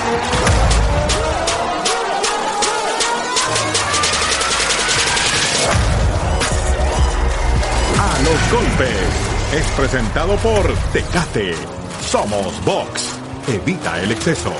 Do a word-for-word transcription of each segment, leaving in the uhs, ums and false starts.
A los golpes es presentado por Tecate. Somos Box. Evita el exceso.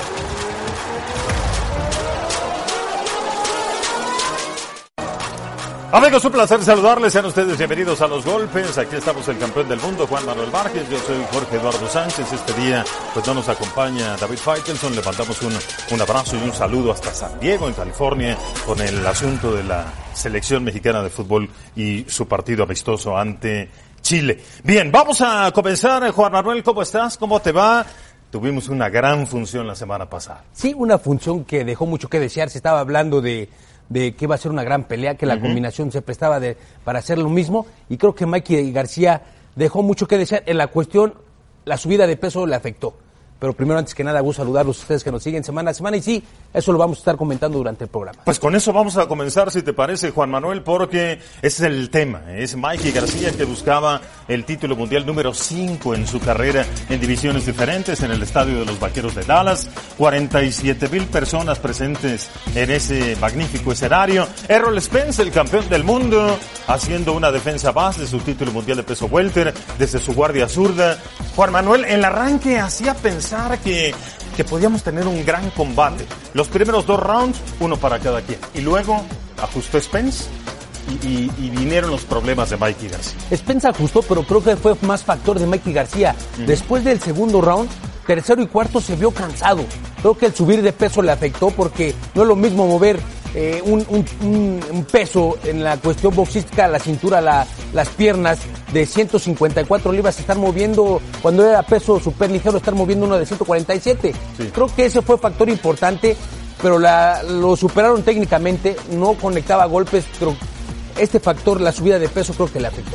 Amigos, un placer saludarles, sean ustedes bienvenidos a Los Golpes. Aquí estamos el campeón del mundo, Juan Manuel Márquez. Yo soy Jorge Eduardo Sánchez. Este día pues no nos acompaña David Faitelson. Le mandamos un, un abrazo y un saludo hasta San Diego, en California, con el asunto de la selección mexicana de fútbol y su partido amistoso ante Chile. Bien, vamos a comenzar. Juan Manuel, ¿cómo estás? ¿Cómo te va? Tuvimos una gran función la semana pasada. Sí, una función que dejó mucho que desear. Se estaba hablando de... de que iba a ser una gran pelea, que la uh-huh. combinación se prestaba de, para hacer lo mismo, y creo que Mikey García dejó mucho que desear. En la cuestión, la subida de peso le afectó. Pero primero, antes que nada, gusto saludarlos a ustedes que nos siguen semana a semana, y sí, eso lo vamos a estar comentando durante el programa. Pues con eso vamos a comenzar, si te parece, Juan Manuel, porque ese es el tema. Es Mikey García, que buscaba el título mundial número cinco en su carrera en divisiones diferentes en el estadio de los Vaqueros de Dallas. cuarenta y siete mil personas presentes en ese magnífico escenario. Errol Spence, el campeón del mundo, haciendo una defensa más de su título mundial de peso welter desde su guardia zurda. Juan Manuel, el arranque hacía pensar que, que podíamos tener un gran combate. Los primeros dos rounds, uno para cada quien. Y luego ajustó Spence y, y, y vinieron los problemas de Mikey García. Spence ajustó, pero creo que fue más factor de Mikey García. Uh-huh. Después del segundo round, tercero y cuarto se vio cansado. Creo que el subir de peso le afectó, porque no es lo mismo mover eh, un, un, un, un peso en la cuestión boxística, la cintura, la, las piernas, de ciento cincuenta y cuatro libras, estar moviendo, cuando era peso súper ligero, estar moviendo uno de ciento cuarenta y siete. Sí. Creo que ese fue factor importante, pero la, lo superaron técnicamente, no conectaba golpes, pero este factor, la subida de peso, creo que le afectó.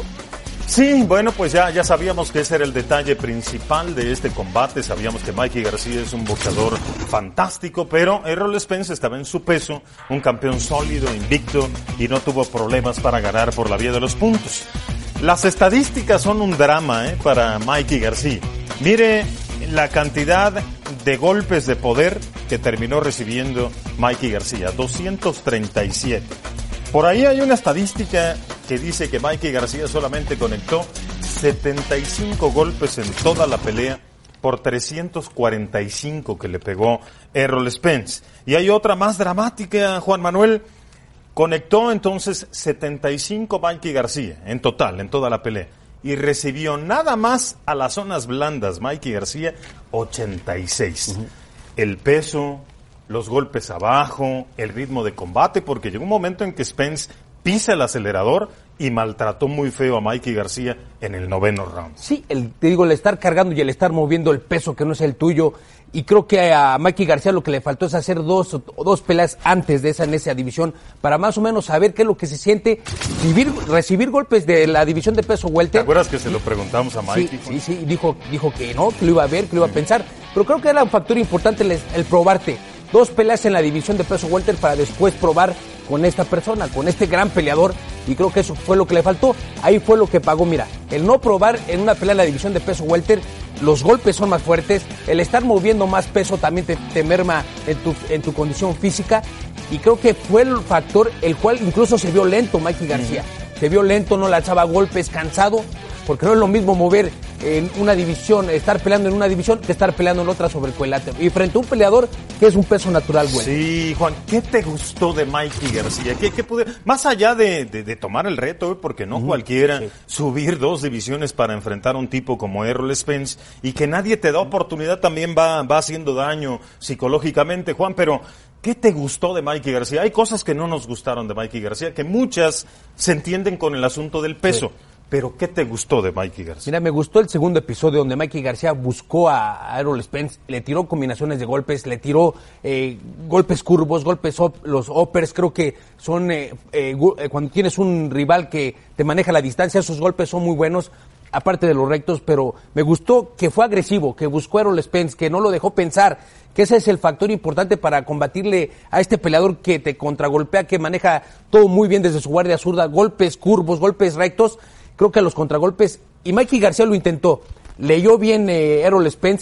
Sí, bueno, pues ya, ya sabíamos que ese era el detalle principal de este combate. Sabíamos que Mikey García es un boxeador fantástico, pero Errol Spence estaba en su peso, un campeón sólido, invicto, y no tuvo problemas para ganar por la vía de los puntos. Las estadísticas son un drama eh, para Mikey García. Mire la cantidad de golpes de poder que terminó recibiendo Mikey García, doscientos treinta y siete. Por ahí hay una estadística que dice que Mikey García solamente conectó setenta y cinco golpes en toda la pelea por trescientos cuarenta y cinco que le pegó Errol Spence. Y hay otra más dramática, Juan Manuel. Conectó entonces setenta y cinco Mikey García en total, en toda la pelea. Y recibió nada más a las zonas blandas Mikey García, ochenta y seis. Uh-huh. El peso, los golpes abajo, el ritmo de combate, porque llegó un momento en que Spence pisa el acelerador y maltrató muy feo a Mikey García en el noveno round. Sí, el, te digo, el estar cargando y el estar moviendo el peso que no es el tuyo, y creo que a Mikey García lo que le faltó es hacer dos, dos peleas antes de esa en esa división, para más o menos saber qué es lo que se siente vivir, recibir golpes de la división de peso welter. ¿Te acuerdas que se lo preguntamos a Mikey? Sí, sí, sí, dijo, dijo que no, que lo iba a ver, que lo iba a pensar, pero creo que era un factor importante el, el probarte. Dos peleas en la división de peso welter para después probar con esta persona, con este gran peleador, y creo que eso fue lo que le faltó. Ahí fue lo que pagó. Mira, el no probar en una pelea en la división de peso welter, los golpes son más fuertes, el estar moviendo más peso también te, te merma en tu, en tu condición física, y creo que fue el factor el cual incluso se vio lento Mikey García. Uh-huh. Se vio lento, no lanzaba golpes, cansado, porque no es lo mismo mover en una división, estar peleando en una división que estar peleando en otra sobre el cuadrilátero. Y frente a un peleador que es un peso natural, güey. Sí, Juan, ¿qué te gustó de Mikey García? ¿Qué, qué pude, más allá de, de, de tomar el reto, porque no uh-huh. cualquiera sí. subir dos divisiones para enfrentar a un tipo como Errol Spence, y que nadie te da oportunidad, también va, va haciendo daño psicológicamente, Juan, pero ¿qué te gustó de Mikey García? Hay cosas que no nos gustaron de Mikey García, que muchas se entienden con el asunto del peso. Sí. Pero, ¿qué te gustó de Mikey García? Mira, me gustó el segundo episodio donde Mikey García buscó a Errol Spence, le tiró combinaciones de golpes, le tiró eh, golpes curvos, golpes op, los uppers, creo que son, eh, eh, cuando tienes un rival que te maneja la distancia, esos golpes son muy buenos, aparte de los rectos, pero me gustó que fue agresivo, que buscó a Errol Spence, que no lo dejó pensar, que ese es el factor importante para combatirle a este peleador que te contragolpea, que maneja todo muy bien desde su guardia zurda, golpes curvos, golpes rectos. Creo que a los contragolpes, y Mikey García lo intentó, leyó bien eh, Errol Spence,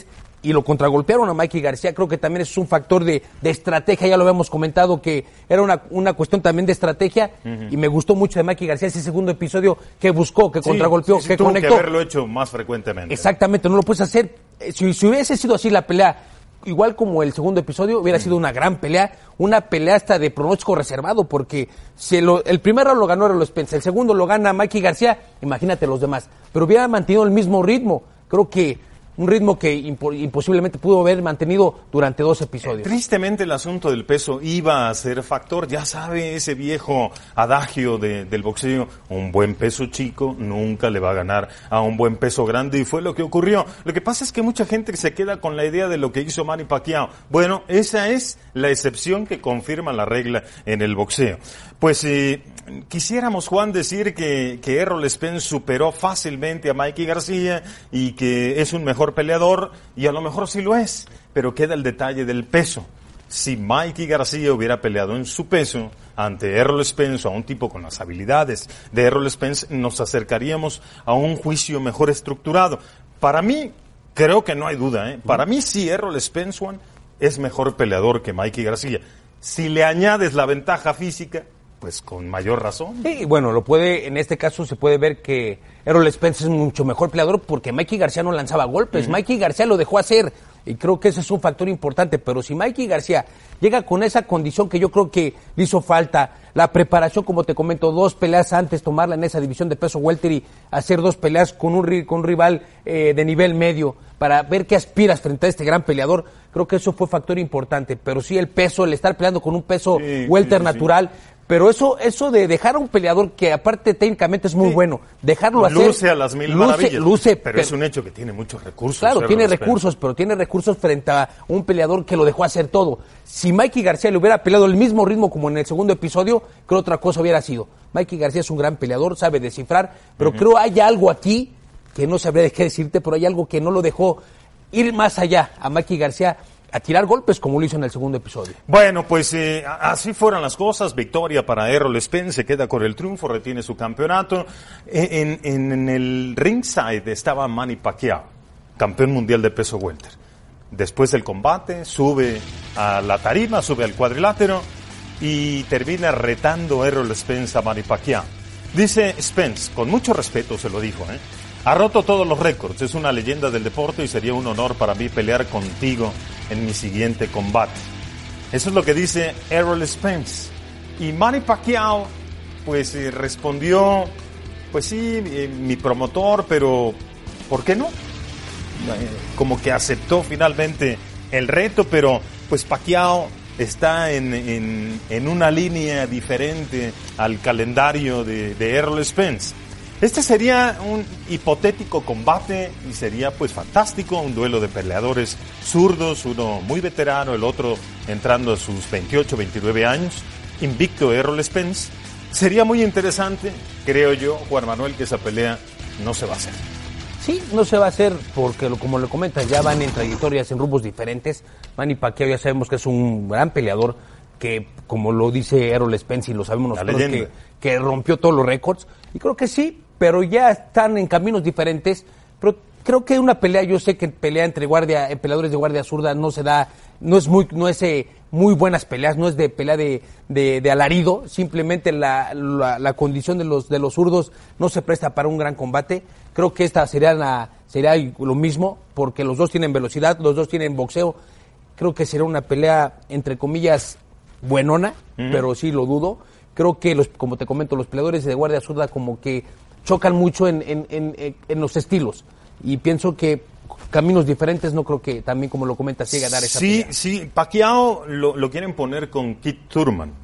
y lo contragolpearon a Mikey García. Creo que también es un factor de, de estrategia, ya lo habíamos comentado, que era una, una cuestión también de estrategia, uh-huh. y me gustó mucho de Mikey García ese segundo episodio que buscó, que sí, contragolpeó, sí, sí, que tuvo conectó. Que haberlo hecho más frecuentemente. Exactamente, no lo puedes hacer. Si, si hubiese sido así la pelea, igual como el segundo episodio, hubiera uh-huh. sido una gran pelea, una pelea hasta de pronóstico reservado, porque si lo, el primer round lo ganó Errol Spence, el segundo lo gana Mikey García, imagínate los demás, pero hubiera mantenido el mismo ritmo. Creo que un ritmo que impo- imposiblemente pudo haber mantenido durante dos episodios. Eh, tristemente el asunto del peso iba a ser factor, ya sabe ese viejo adagio de, del boxeo, un buen peso chico nunca le va a ganar a un buen peso grande, y fue lo que ocurrió. Lo que pasa es que mucha gente se queda con la idea de lo que hizo Manny Pacquiao. Bueno, esa es la excepción que confirma la regla en el boxeo. Pues eh, quisiéramos, Juan, decir que, que Errol Spence superó fácilmente a Mikey García y que es un mejor peleador, y a lo mejor sí lo es, pero queda el detalle del peso. Si Mikey García hubiera peleado en su peso ante Errol Spence, o a un tipo con las habilidades de Errol Spence, nos acercaríamos a un juicio mejor estructurado. Para mí, creo que no hay duda, ¿eh? Para mí sí, Errol Spence, Juan, es mejor peleador que Mikey García. Si le añades la ventaja física, pues con mayor razón. Sí, bueno, lo puede, en este caso se puede ver que Errol Spence es mucho mejor peleador porque Mikey García no lanzaba golpes. Uh-huh. Mikey García lo dejó hacer y creo que ese es un factor importante, pero si Mikey García llega con esa condición que yo creo que le hizo falta, la preparación, como te comento, dos peleas antes, tomarla en esa división de peso welter y hacer dos peleas con un, con un rival eh, de nivel medio para ver qué aspiras frente a este gran peleador, creo que eso fue factor importante, pero sí el peso, el estar peleando con un peso sí, welter sí, sí, natural, sí. Pero eso eso de dejar a un peleador que aparte técnicamente es muy sí. bueno, dejarlo hacer... Luce a las mil luce, maravillas, luce, pero, pero es un hecho que tiene muchos recursos. Claro, tiene recursos, pero tiene recursos frente a un peleador que lo dejó hacer todo. Si Mikey García le hubiera peleado el mismo ritmo como en el segundo episodio, creo otra cosa hubiera sido. Mikey García es un gran peleador, sabe descifrar, pero uh-huh. creo hay algo aquí que no sabría de qué decirte, pero hay algo que no lo dejó ir más allá a Mikey García a tirar golpes como lo hizo en el segundo episodio. Bueno, pues eh, así fueron las cosas. Victoria para Errol Spence, se queda con el triunfo, retiene su campeonato. En, en, en el ringside estaba Manny Pacquiao, campeón mundial de peso welter. Después del combate, sube a la tarima, sube al cuadrilátero y termina retando Errol Spence a Manny Pacquiao. Dice Spence, con mucho respeto se lo dijo, ¿eh? Ha roto todos los récords, es una leyenda del deporte y sería un honor para mí pelear contigo en mi siguiente combate. Eso es lo que dice Errol Spence. Y Manny Pacquiao, pues eh, respondió, pues sí, eh, mi promotor, pero ¿por qué no? Eh, como que aceptó finalmente el reto, pero pues Pacquiao está en, en, en una línea diferente al calendario de, de Errol Spence. Este sería un hipotético combate y sería pues fantástico, un duelo de peleadores zurdos, uno muy veterano, el otro entrando a sus veintiocho, veintinueve años, invicto Errol Spence. Sería muy interesante, creo yo, Juan Manuel, que esa pelea no se va a hacer. Sí, no se va a hacer porque, como le comentas, ya van en trayectorias en rumbos diferentes. Manny Pacquiao ya sabemos que es un gran peleador que, como lo dice Errol Spence y lo sabemos nosotros, que, que rompió todos los récords. Y creo que sí, pero ya están en caminos diferentes. Pero creo que una pelea, yo sé que pelea entre guardia, peleadores de guardia zurda no se da, no es muy, no es eh, muy buenas peleas, no es de pelea de, de, de alarido. Simplemente la, la, la condición de los de los zurdos no se presta para un gran combate. Creo que esta sería la, sería lo mismo, porque los dos tienen velocidad, los dos tienen boxeo. Creo que será una pelea, entre comillas, buenona, uh-huh. pero sí lo dudo. Creo que, los, como te comento, los peleadores de guardia zurda como que chocan mucho en, en, en, en los estilos. Y pienso que caminos diferentes, no creo que también, como lo comentas, llegue a dar esa sí, pelea. Sí, Pacquiao lo, lo quieren poner con Keith Thurman.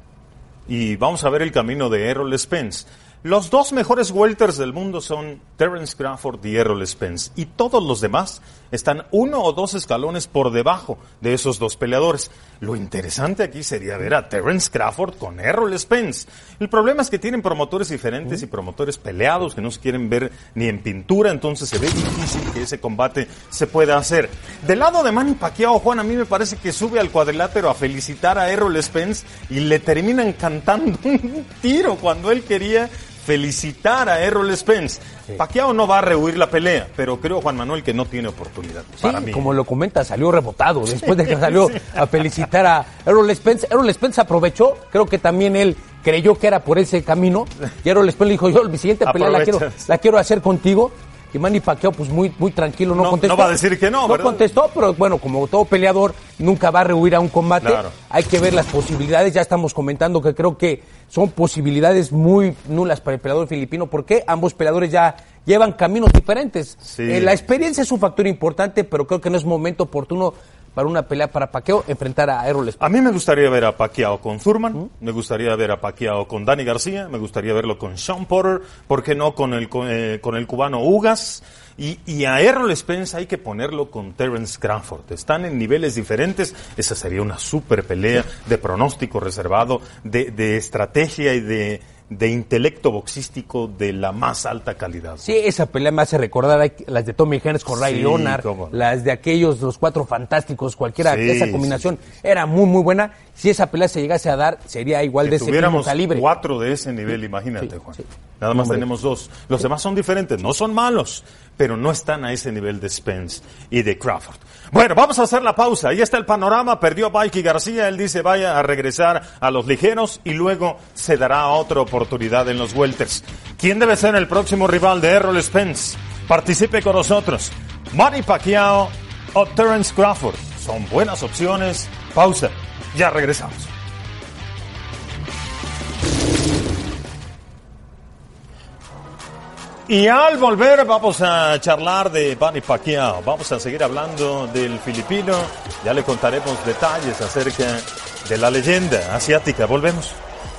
Y vamos a ver el camino de Errol Spence. Los dos mejores welters del mundo son Terence Crawford y Errol Spence. Y todos los demás están uno o dos escalones por debajo de esos dos peleadores. Lo interesante aquí sería ver a Terence Crawford con Errol Spence. El problema es que tienen promotores diferentes y promotores peleados que no se quieren ver ni en pintura, entonces se ve difícil que ese combate se pueda hacer. Del lado de Manny Pacquiao, Juan, a mí me parece que sube al cuadrilátero a felicitar a Errol Spence y le terminan cantando un tiro cuando él quería felicitar a Errol Spence. Sí. Pacquiao no va a rehuir la pelea, pero creo, Juan Manuel, que no tiene oportunidad. Sí, para mí. Como lo comenta, salió rebotado después de que salió sí. a felicitar a Errol Spence. Errol Spence aprovechó, creo que también él creyó que era por ese camino, y Errol Spence le dijo, yo mi siguiente pelea la quiero, la quiero hacer contigo. Y Manny Pacquiao, pues muy muy tranquilo, no, no contestó. No va a decir que no, No ¿verdad? contestó, pero bueno, como todo peleador, nunca va a rehuir a un combate. Claro. Hay que ver las posibilidades. Ya estamos comentando que creo que son posibilidades muy nulas para el peleador filipino, porque ambos peleadores ya llevan caminos diferentes. Sí. Eh, la experiencia es un factor importante, pero creo que no es momento oportuno para una pelea para Pacquiao enfrentar a Errol Spence. A mí me gustaría ver a Pacquiao con Thurman, ¿Mm? me gustaría ver a Pacquiao con Danny García, me gustaría verlo con Sean Porter, ¿por qué no con el, con, eh, con el cubano Ugas? Y, y a Errol Spence hay que ponerlo con Terence Crawford. Están en niveles diferentes. Esa sería una super pelea de pronóstico reservado, de, de estrategia y de, de intelecto boxístico de la más alta calidad. Sí, esa pelea me hace recordar a las de Tommy Hearns con Ray sí, Leonard, cómo. las de aquellos, los cuatro fantásticos, cualquiera, Sí, esa combinación sí, sí. era muy, muy buena. Si esa pelea se llegase a dar, sería igual que de ese mismo calibre. Cuatro de ese nivel, imagínate, Sí, Juan. sí. Nada más Hombre. tenemos dos. Los Sí. demás son diferentes, no son malos, pero no están a ese nivel de Spence y de Crawford. Bueno, vamos a hacer la pausa. Ahí está el panorama. Perdió Mikey García. Él dice vaya a regresar a los ligeros y luego se dará otra oportunidad en los welters. ¿Quién debe ser el próximo rival de Errol Spence? Participe con nosotros. Manny Pacquiao o Terence Crawford. Son buenas opciones. Pausa. Ya regresamos. Y al volver vamos a charlar de Manny Pacquiao, vamos a seguir hablando del filipino, ya le contaremos detalles acerca de la leyenda asiática. Volvemos.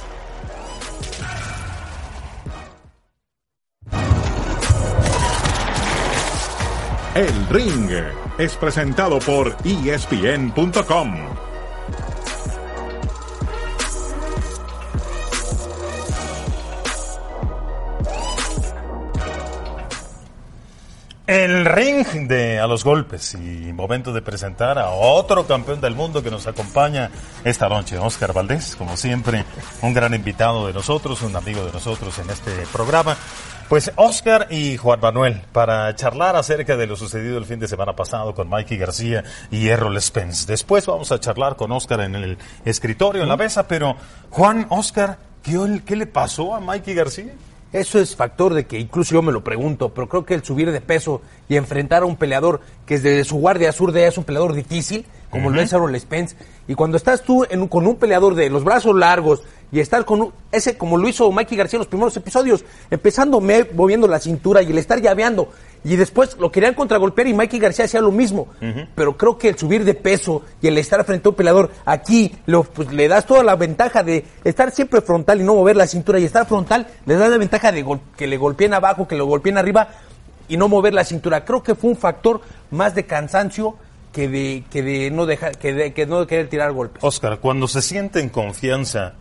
El Ring es presentado por E S P N punto com. El ring de A los Golpes y momento de presentar a otro campeón del mundo que nos acompaña esta noche, Oscar Valdés, como siempre, un gran invitado de nosotros, un amigo de nosotros en este programa. Pues Oscar y Juan Manuel, para charlar acerca de lo sucedido el fin de semana pasado con Mikey García y Errol Spence. Después vamos a charlar con Oscar en el escritorio, en la mesa, pero Juan, Oscar, ¿qué, qué le pasó a Mikey García? Eso es factor de que incluso yo me lo pregunto, pero creo que el subir de peso y enfrentar a un peleador que desde su guardia zurda es un peleador difícil, como uh-huh. lo es Errol Spence, y cuando estás tú en un, con un peleador de los brazos largos y estar con un, ese como lo hizo Mikey García en los primeros episodios, empezando moviendo la cintura y el estar llaveando, y después lo querían contragolpear y Mikey García hacía lo mismo, uh-huh. pero creo que el subir de peso y el estar frente a un peleador aquí, lo, pues, le das toda la ventaja de estar siempre frontal y no mover la cintura, y estar frontal le das la ventaja de gol, que le golpeen abajo, que lo golpeen arriba y no mover la cintura. Creo que fue un factor más de cansancio que de que de no dejar que de, que no de querer tirar golpes. Oscar, cuando se siente en confianza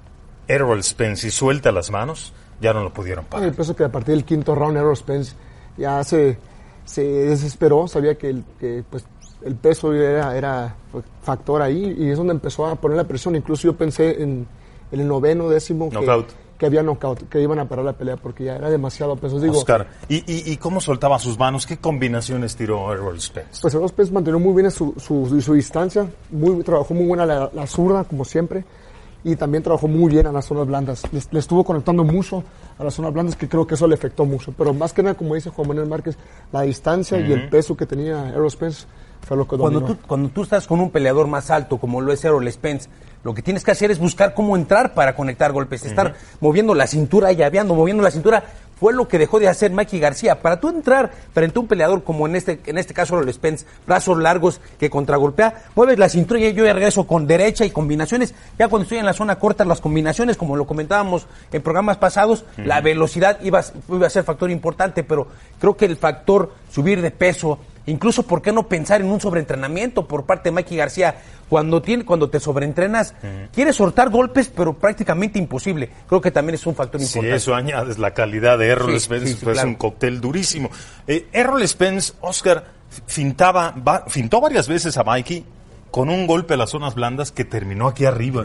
Errol Spence y suelta las manos, ya no lo pudieron parar. Yo pienso que a partir del quinto round Errol Spence ya se, se desesperó, sabía que el, que, pues, el peso era, era factor ahí, y es donde empezó a poner la presión. Incluso yo pensé en, en el noveno, décimo que, que había knockout, que iban a parar la pelea porque ya era demasiado peso. Digo, Oscar, ¿y, y, ¿y cómo soltaba sus manos? ¿Qué combinaciones tiró Errol Spence? Pues Errol Spence mantuvo muy bien su, su, su distancia, muy, trabajó muy buena la, la zurda, como siempre, y también trabajó muy bien a las zonas blandas. Le, le estuvo conectando mucho a las zonas blandas, que creo que eso le afectó mucho. Pero más que nada, como dice Juan Manuel Márquez, la distancia uh-huh. y el peso que tenía Errol Spence fue lo que cuando dominó. tú, cuando tú estás con un peleador más alto, como lo es Errol Spence, lo que tienes que hacer es buscar cómo entrar para conectar golpes. Uh-huh. Estar moviendo la cintura, llaveando, moviendo la cintura. Fue lo que dejó de hacer Mikey García. Para tú entrar frente a un peleador como en este en este caso Errol Spence, brazos largos que contragolpea, mueves la cintura y yo ya regreso con derecha y combinaciones. Ya cuando estoy en la zona corta, las combinaciones, como lo comentábamos en programas pasados, uh-huh. la velocidad iba, iba a ser factor importante, pero creo que el factor subir de peso, incluso por qué no pensar en un sobreentrenamiento por parte de Mikey García, cuando tiene, cuando te sobreentrenas, uh-huh. quieres soltar golpes, pero prácticamente imposible. Creo que también es un factor importante. Si eso añades la calidad de Errol sí, Spence, sí, sí, pues claro. un cóctel durísimo. Eh, Errol Spence, Oscar, fintaba, va, fintó varias veces a Mikey con un golpe a las zonas blandas que terminó aquí arriba.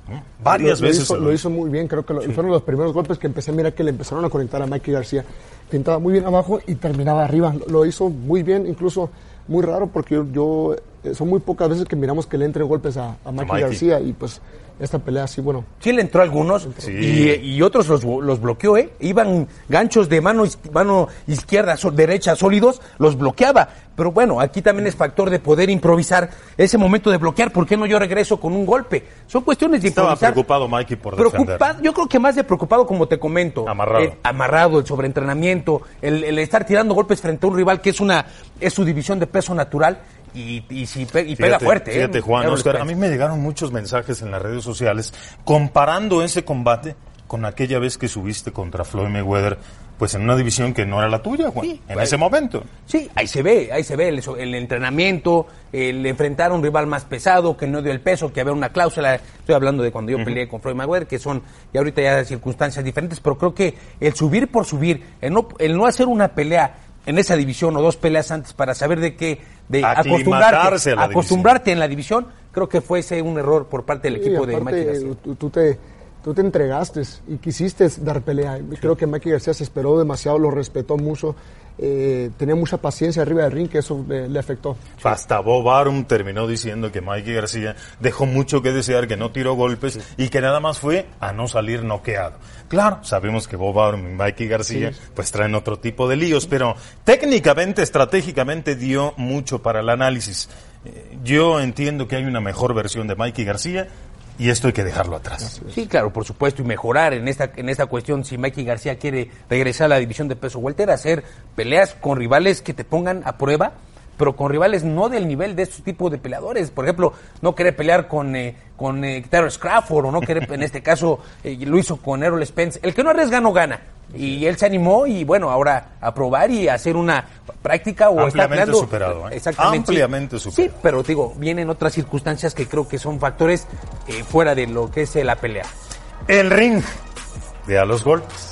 Varias lo, veces. Lo hizo, lo hizo muy bien, creo que lo, sí. fueron los primeros golpes que empecé a mirar que le empezaron a conectar a Mikey García. Pintaba muy bien abajo y terminaba arriba. Lo, lo hizo muy bien, incluso muy raro porque yo, yo eh, son muy pocas veces que miramos que le entren golpes a, a Mikey, Mikey García y pues esta pelea sí, bueno. Sí le entró a algunos sí. y, y otros los, los bloqueó, ¿eh? Iban ganchos de mano, mano izquierda, so, derecha, sólidos, los bloqueaba. Pero bueno, aquí también es factor de poder improvisar ese momento de bloquear. ¿Por qué no yo regreso con un golpe? Son cuestiones de Estaba improvisar. Estaba preocupado Mikey por defender. Preocupado, yo creo que más de preocupado, como te comento. Amarrado. El, amarrado, el sobreentrenamiento, el, el estar tirando golpes frente a un rival que es una es su división de peso natural. Y, y, si pe- y pega fíjate, fuerte. Fíjate, ¿eh? Juan, Oscar, a mí me llegaron muchos mensajes en las redes sociales comparando ese combate con aquella vez que subiste contra Floyd Mayweather, pues en una división que no era la tuya, Juan, sí, en ahí, ese momento. Sí, ahí se ve, ahí se ve el, el entrenamiento, el enfrentar a un rival más pesado, que no dio el peso, que había una cláusula. Estoy hablando de cuando yo uh-huh. peleé con Floyd Mayweather, que son ya ahorita ya circunstancias diferentes, pero creo que el subir por subir, el no, el no hacer una pelea en esa división o dos peleas antes para saber de qué, de acostumbrarte, a acostumbrarte en la división, creo que fue ese un error por parte del equipo sí, aparte, de Mikey García. Tú, tú, te, tú te entregaste y quisiste dar pelea. Sí. Creo que Mikey García se esperó demasiado, lo respetó mucho, eh, tenía mucha paciencia arriba del ring, que eso le, le afectó. Hasta Bob Arum terminó diciendo que Mikey García dejó mucho que desear, que no tiró golpes sí. y que nada más fue a no salir noqueado. Claro, sabemos que Bob Arum y Mikey García sí. pues traen otro tipo de líos, pero técnicamente, estratégicamente dio mucho para el análisis. Eh, yo entiendo que hay una mejor versión de Mikey García y esto hay que dejarlo atrás. Sí, claro, por supuesto, y mejorar en esta en esta cuestión. Si Mikey García quiere regresar a la división de peso welter, hacer peleas con rivales que te pongan a prueba, pero con rivales no del nivel de estos tipos de peleadores. Por ejemplo, no querer pelear con eh, con eh, Terrence Crawford, o no querer, en este caso, eh, lo hizo con Errol Spence. El que no arriesga no gana. Y él se animó y bueno, ahora a probar y hacer una práctica o ampliamente está peleando, superado, ¿eh? Exactamente. Ampliamente sí, superado. Sí, pero digo, vienen otras circunstancias que creo que son factores eh, fuera de lo que es eh, la pelea. El ring de a los golpes.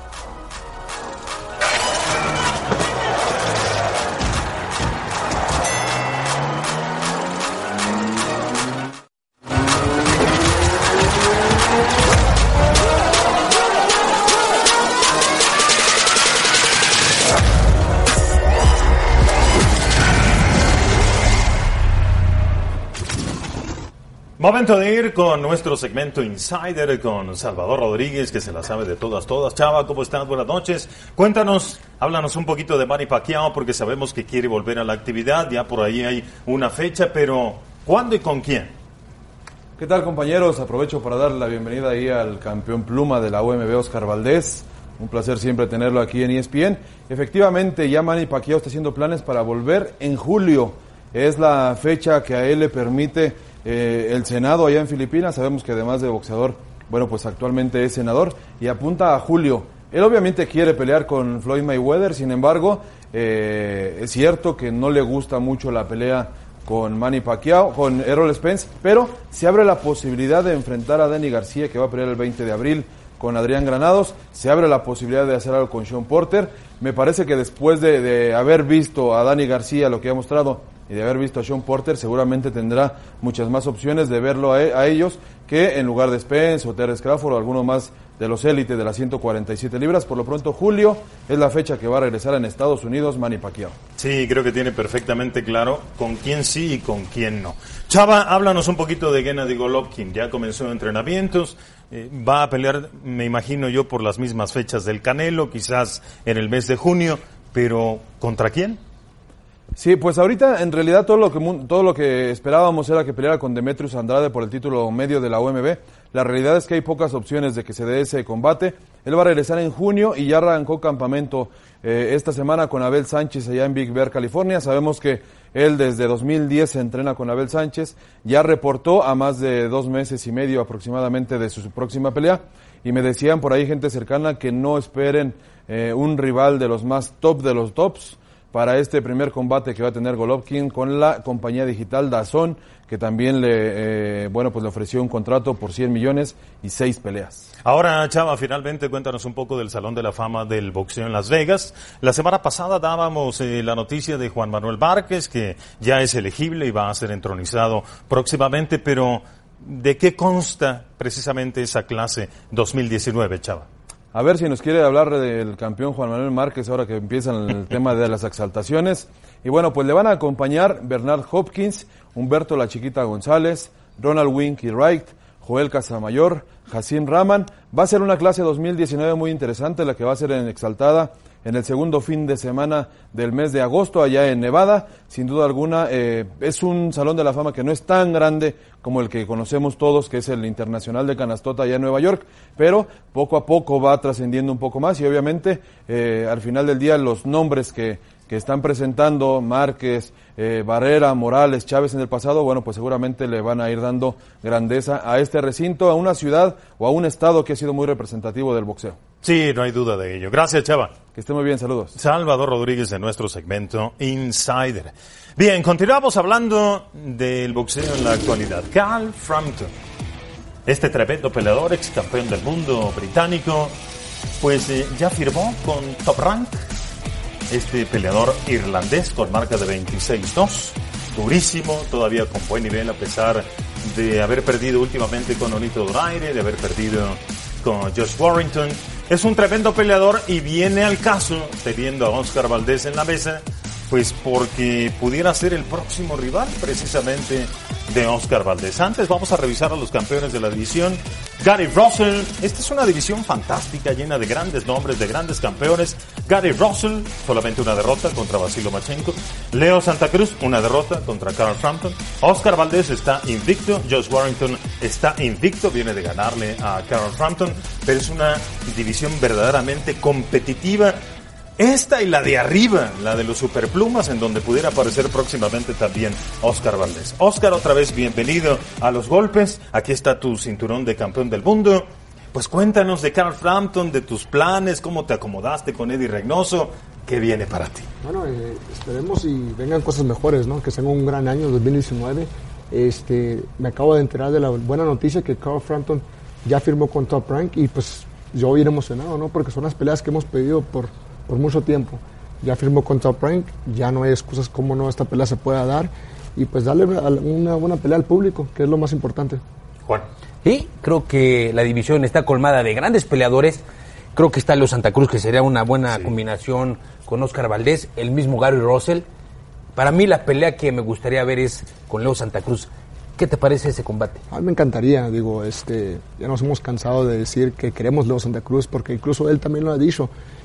Momento de ir con nuestro segmento Insider con Salvador Rodríguez, que se la sabe de todas, todas. Chava, ¿cómo estás? Buenas noches. Cuéntanos, háblanos un poquito de Manny Pacquiao, porque sabemos que quiere volver a la actividad. Ya por ahí hay una fecha, pero ¿cuándo y con quién? ¿Qué tal, compañeros? Aprovecho para darle la bienvenida ahí al campeón pluma de la U M B, Oscar Valdés. Un placer siempre tenerlo aquí en E S P N. Efectivamente, ya Manny Pacquiao está haciendo planes para volver en julio. Es la fecha que a él le permite Eh, el Senado allá en Filipinas. Sabemos que además de boxeador, bueno, pues actualmente es senador y apunta a julio. Él obviamente quiere pelear con Floyd Mayweather, sin embargo, eh, es cierto que no le gusta mucho la pelea con Manny Pacquiao, con Errol Spence, pero se abre la posibilidad de enfrentar a Danny García, que va a pelear el veinte de abril con Adrián Granados. Se abre la posibilidad de hacer algo con Sean Porter. Me parece que después de, de haber visto a Danny García, lo que ha mostrado, y de haber visto a Sean Porter, seguramente tendrá muchas más opciones de verlo a, a ellos que en lugar de Spence o Terrence Crawford o alguno más de los élites de las ciento cuarenta y siete libras. Por lo pronto, julio es la fecha que va a regresar en Estados Unidos Manny Pacquiao. Sí, creo que tiene perfectamente claro con quién sí y con quién no. Chava, háblanos un poquito de Gennady Golovkin. Ya comenzó entrenamientos, eh, va a pelear, me imagino yo, por las mismas fechas del Canelo, quizás en el mes de junio, pero ¿contra quién? Sí, pues ahorita en realidad todo lo que todo lo que esperábamos era que peleara con Demetrius Andrade por el título medio de la U M B. La realidad es que hay pocas opciones de que se dé ese combate. Él va a regresar en junio y ya arrancó campamento eh, esta semana con Abel Sánchez allá en Big Bear, California. Sabemos que él desde dos mil diez se entrena con Abel Sánchez. Ya reportó a más de dos meses y medio aproximadamente de su, su próxima pelea. Y me decían por ahí gente cercana que no esperen eh, un rival de los más top de los tops para este primer combate que va a tener Golovkin con la compañía digital DAZN, que también le, eh, bueno, pues le ofreció un contrato por cien millones y seis peleas. Ahora, Chava, finalmente cuéntanos un poco del Salón de la Fama del Boxeo en Las Vegas. La semana pasada dábamos eh, la noticia de Juan Manuel Márquez, que ya es elegible y va a ser entronizado próximamente, pero ¿de qué consta precisamente esa clase dos mil diecinueve, Chava? A ver si nos quiere hablar del campeón Juan Manuel Márquez ahora que empiezan el tema de las exaltaciones. Y bueno, pues le van a acompañar Bernard Hopkins, Humberto La Chiquita González, Ronald Winky Wright, Joel Casamayor, Jacín Raman. Va a ser una clase dos mil diecinueve muy interesante, la que va a ser en Exaltada en el segundo fin de semana del mes de agosto allá en Nevada. Sin duda alguna, eh, es un salón de la fama que no es tan grande como el que conocemos todos, que es el Internacional de Canastota allá en Nueva York, pero poco a poco va trascendiendo un poco más y obviamente eh, al final del día los nombres que que están presentando Márquez, eh, Barrera, Morales, Chávez en el pasado, bueno, pues seguramente le van a ir dando grandeza a este recinto, a una ciudad o a un estado que ha sido muy representativo del boxeo. Sí, no hay duda de ello. Gracias, Chava. Que esté muy bien, saludos. Salvador Rodríguez de nuestro segmento Insider. Bien, continuamos hablando del boxeo en la actualidad. Carl Frampton, este tremendo peleador, ex campeón del mundo británico, pues eh, ya firmó con Top Rank. Este peleador irlandés con marca de veintiséis dos, durísimo, todavía con buen nivel a pesar de haber perdido últimamente con Onito Doraire, de haber perdido con Josh Warrington. Es un tremendo peleador y viene al caso, teniendo a Oscar Valdez en la mesa, pues porque pudiera ser el próximo rival precisamente de Oscar Valdez. Antes vamos a revisar a los campeones de la división. Gary Russell, esta es una división fantástica, llena de grandes nombres, de grandes campeones. Gary Russell, solamente una derrota contra Vasily Lomachenko. Leo Santa Cruz, una derrota contra Carl Frampton. Oscar Valdez está invicto. Josh Warrington está invicto, viene de ganarle a Carl Frampton, pero es una división verdaderamente competitiva. Esta y la de arriba, la de los superplumas, en donde pudiera aparecer próximamente también Oscar Valdez. Oscar, otra vez bienvenido a Los Golpes. Aquí está tu cinturón de campeón del mundo. Pues cuéntanos de Carl Frampton, de tus planes, cómo te acomodaste con Eddie Reynoso, qué viene para ti. Bueno, eh, esperemos y vengan cosas mejores, ¿no? Que sea un gran año dos mil diecinueve. Este, me acabo de enterar de la buena noticia que Carl Frampton ya firmó con Top Rank y pues yo voy a ir emocionado, ¿no? Porque son las peleas que hemos pedido por por mucho tiempo. Ya firmó con Top Rank, ya no hay excusas cómo no esta pelea se pueda dar y pues darle una buena pelea al público, que es lo más importante. Juan. Sí, creo que la división está colmada de grandes peleadores. Creo que está Leo Santa Cruz, que sería una buena sí. combinación con Oscar Valdez, el mismo Gary Russell. Para mí la pelea que me gustaría ver es con Leo Santa Cruz. ¿Qué te parece ese combate? A mí me encantaría, digo, este, ya nos hemos cansado de decir que queremos Leo Santa Cruz, porque incluso él también lo ha dicho.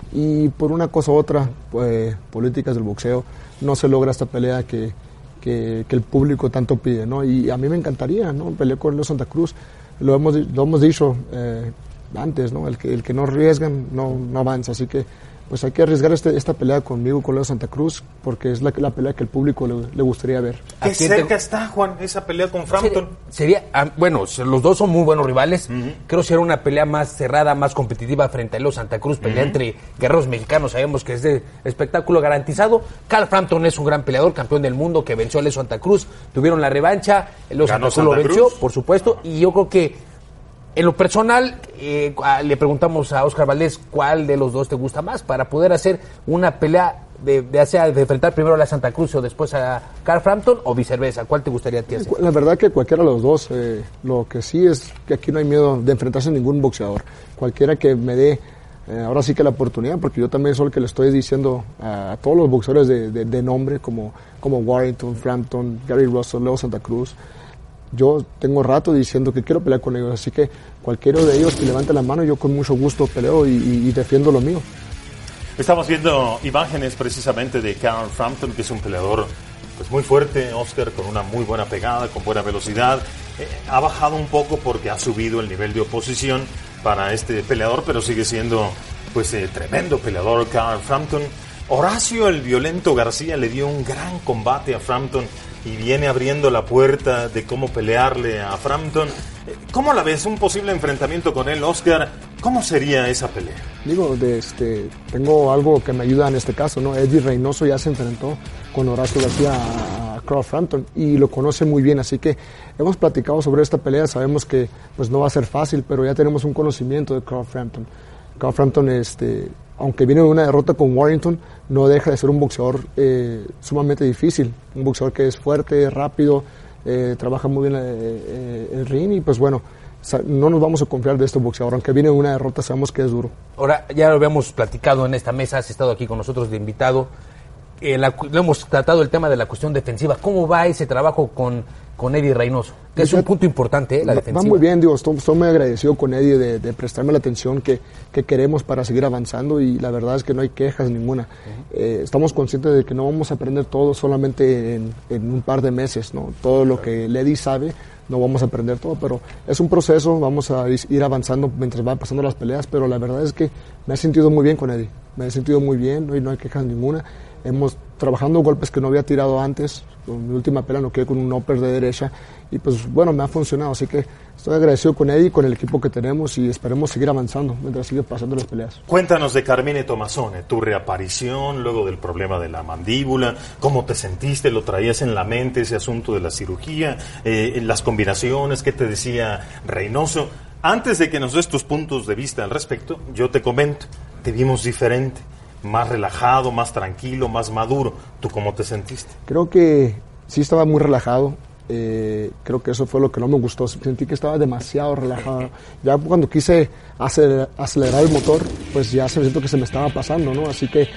Y por una cosa u otra, pues, políticas del boxeo, no se logra esta pelea que, que, que el público tanto pide, ¿no? Y a mí me encantaría, ¿no? Pelear con Leo Santa Cruz, lo hemos, lo hemos dicho eh, antes, ¿no? El que, el que no arriesgan no, no avanza, así que pues hay que arriesgar este, esta pelea conmigo, con Leo Santa Cruz, porque es la, la pelea que el público le, le gustaría ver. ¿Qué cerca te... está, Juan, esa pelea con Frampton? Sería, sería bueno, los dos son muy buenos rivales. Uh-huh. Creo que será una pelea más cerrada, más competitiva frente a Leo Santa Cruz, pelea uh-huh. entre guerreros mexicanos, sabemos que es de espectáculo garantizado. Carl Frampton es un gran peleador, campeón del mundo, que venció a Leo Santa Cruz, tuvieron la revancha, Leo Santa Cruz Santa lo venció, Cruz. por supuesto, y yo creo que en lo personal, eh, le preguntamos a Oscar Valdez cuál de los dos te gusta más para poder hacer una pelea de, de, hacer, de enfrentar primero a la Santa Cruz o después a Carl Frampton o viceversa. ¿Cuál te gustaría a ti hacer? La verdad que cualquiera de los dos. Eh, lo que sí es que aquí no hay miedo de enfrentarse a ningún boxeador. Cualquiera que me dé eh, ahora sí que la oportunidad, porque yo también soy el que le estoy diciendo a, a todos los boxeadores de, de, de nombre como, como Warrington, Frampton, Gary Russell, Leo Santa Cruz. Yo tengo rato diciendo que quiero pelear con ellos, así que cualquiera de ellos que levante la mano, yo con mucho gusto peleo y, y, y defiendo lo mío. Estamos viendo imágenes precisamente de Carl Frampton, que es un peleador pues muy fuerte, Oscar, con una muy buena pegada, con buena velocidad. Eh, ha bajado un poco porque ha subido el nivel de oposición para este peleador, pero sigue siendo pues eh, tremendo peleador Carl Frampton. Horacio el Violento García le dio un gran combate a Frampton y viene abriendo la puerta de cómo pelearle a Frampton. ¿Cómo la ves? Un posible enfrentamiento con él, Oscar. ¿Cómo sería esa pelea? Digo, de este, tengo algo que me ayuda en este caso, ¿no? Eddie Reynoso ya se enfrentó con Horacio García a, a Carl Frampton y lo conoce muy bien, así que hemos platicado sobre esta pelea. Sabemos que pues no va a ser fácil, pero ya tenemos un conocimiento de Carl Frampton. Carl Frampton, este, aunque viene de una derrota con Warrington, no deja de ser un boxeador eh, sumamente difícil, un boxeador que es fuerte, rápido, eh, trabaja muy bien eh, eh, el ring y pues bueno, no nos vamos a confiar de este boxeador, aunque viene una derrota, sabemos que es duro. Ahora, ya lo habíamos platicado en esta mesa, has estado aquí con nosotros de invitado, eh, la, lo hemos tratado el tema de la cuestión defensiva. ¿Cómo va ese trabajo con, con Eddie Reynoso? Que es un punto importante, ¿eh? La defensiva. Va muy bien, digo, estoy, estoy muy agradecido con Eddie de, de prestarme la atención que, que queremos para seguir avanzando y la verdad es que no hay quejas ninguna. Uh-huh. Eh, estamos conscientes de que no vamos a aprender todo solamente en, en un par de meses, ¿no? Todo lo que Eddie sabe, no vamos a aprender todo, pero es un proceso, vamos a ir avanzando mientras van pasando las peleas, pero la verdad es que me he sentido muy bien con Eddie, me he sentido muy bien, no, no hay quejas ninguna. Hemos trabajando golpes que no había tirado antes, con mi última pelea no quedé con un upper de derecha y pues bueno, me ha funcionado, así que estoy agradecido con Eddie, con el equipo que tenemos y esperemos seguir avanzando mientras sigue pasando las peleas. Cuéntanos de Carmine Tomassone, tu reaparición luego del problema de la mandíbula, cómo te sentiste, lo traías en la mente ese asunto de la cirugía, eh, las combinaciones, qué te decía Reynoso. Antes de que nos des tus puntos de vista al respecto, yo te comento, te vimos diferente, más relajado, más tranquilo, más maduro. ¿Tú cómo te sentiste? Creo que sí estaba muy relajado. Eh, creo que eso fue lo que no me gustó. Sentí que estaba demasiado relajado. Ya cuando quise acelerar, acelerar el motor, pues ya se me siento que se me estaba pasando, ¿no? Así que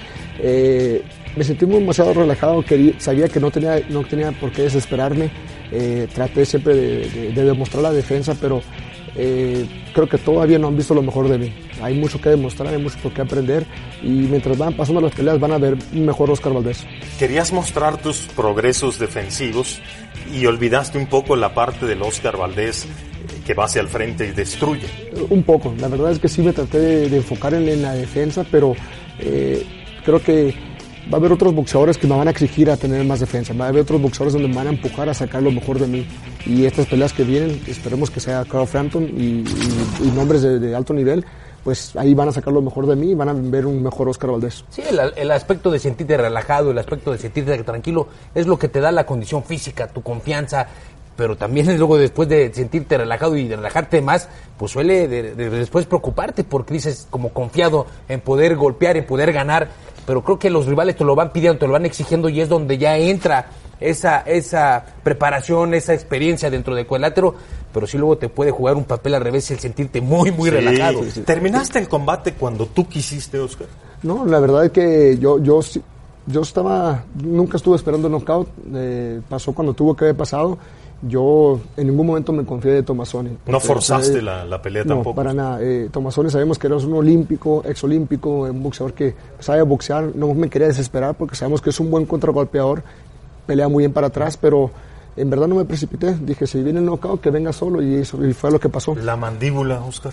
eh, me sentí muy demasiado relajado. Quería, sabía que no tenía, no tenía por qué desesperarme. Eh, traté siempre de, de, de demostrar la defensa, pero eh, creo que todavía no han visto lo mejor de mí. Hay mucho que demostrar, hay mucho por qué aprender y mientras van pasando las peleas van a ver un mejor Oscar Valdez. Querías mostrar tus progresos defensivos y olvidaste un poco la parte del Oscar Valdez que va hacia el frente y destruye. Un poco, la verdad es que sí me traté de, de enfocar en, en la defensa, pero eh, creo que va a haber otros boxeadores que me van a exigir a tener más defensa, va a haber otros boxeadores donde me van a empujar a sacar lo mejor de mí y estas peleas que vienen, esperemos que sea Carl Frampton y, y, y nombres de, de alto nivel, pues ahí van a sacar lo mejor de mí y van a ver un mejor Oscar Valdez. Sí, el, el aspecto de sentirte relajado, el aspecto de sentirte tranquilo, es lo que te da la condición física, tu confianza, pero también luego después de sentirte relajado y de relajarte más, pues suele de, de después preocuparte porque dices como confiado en poder golpear, en poder ganar, pero creo que los rivales te lo van pidiendo, te lo van exigiendo y es donde ya entra esa esa preparación, esa experiencia dentro del cuadrilátero, pero sí luego te puede jugar un papel al revés el sentirte muy, muy sí, relajado. Sí, sí. ¿Terminaste el combate cuando tú quisiste, Oscar? No, la verdad es que yo yo yo estaba, nunca estuve esperando el knockout, eh, pasó cuando tuvo que haber pasado. Yo en ningún momento me confié de Tomassone. ¿No forzaste eh, la, la pelea no, tampoco? No, para nada. Eh, Tomassone sabemos que eres un olímpico, exolímpico, un boxeador que sabe boxear. No me quería desesperar porque sabemos que es un buen contragolpeador, pelea muy bien para atrás, pero en verdad no me precipité. Dije, si viene el knockout, que venga solo y, eso, y fue lo que pasó. ¿La mandíbula, Oscar?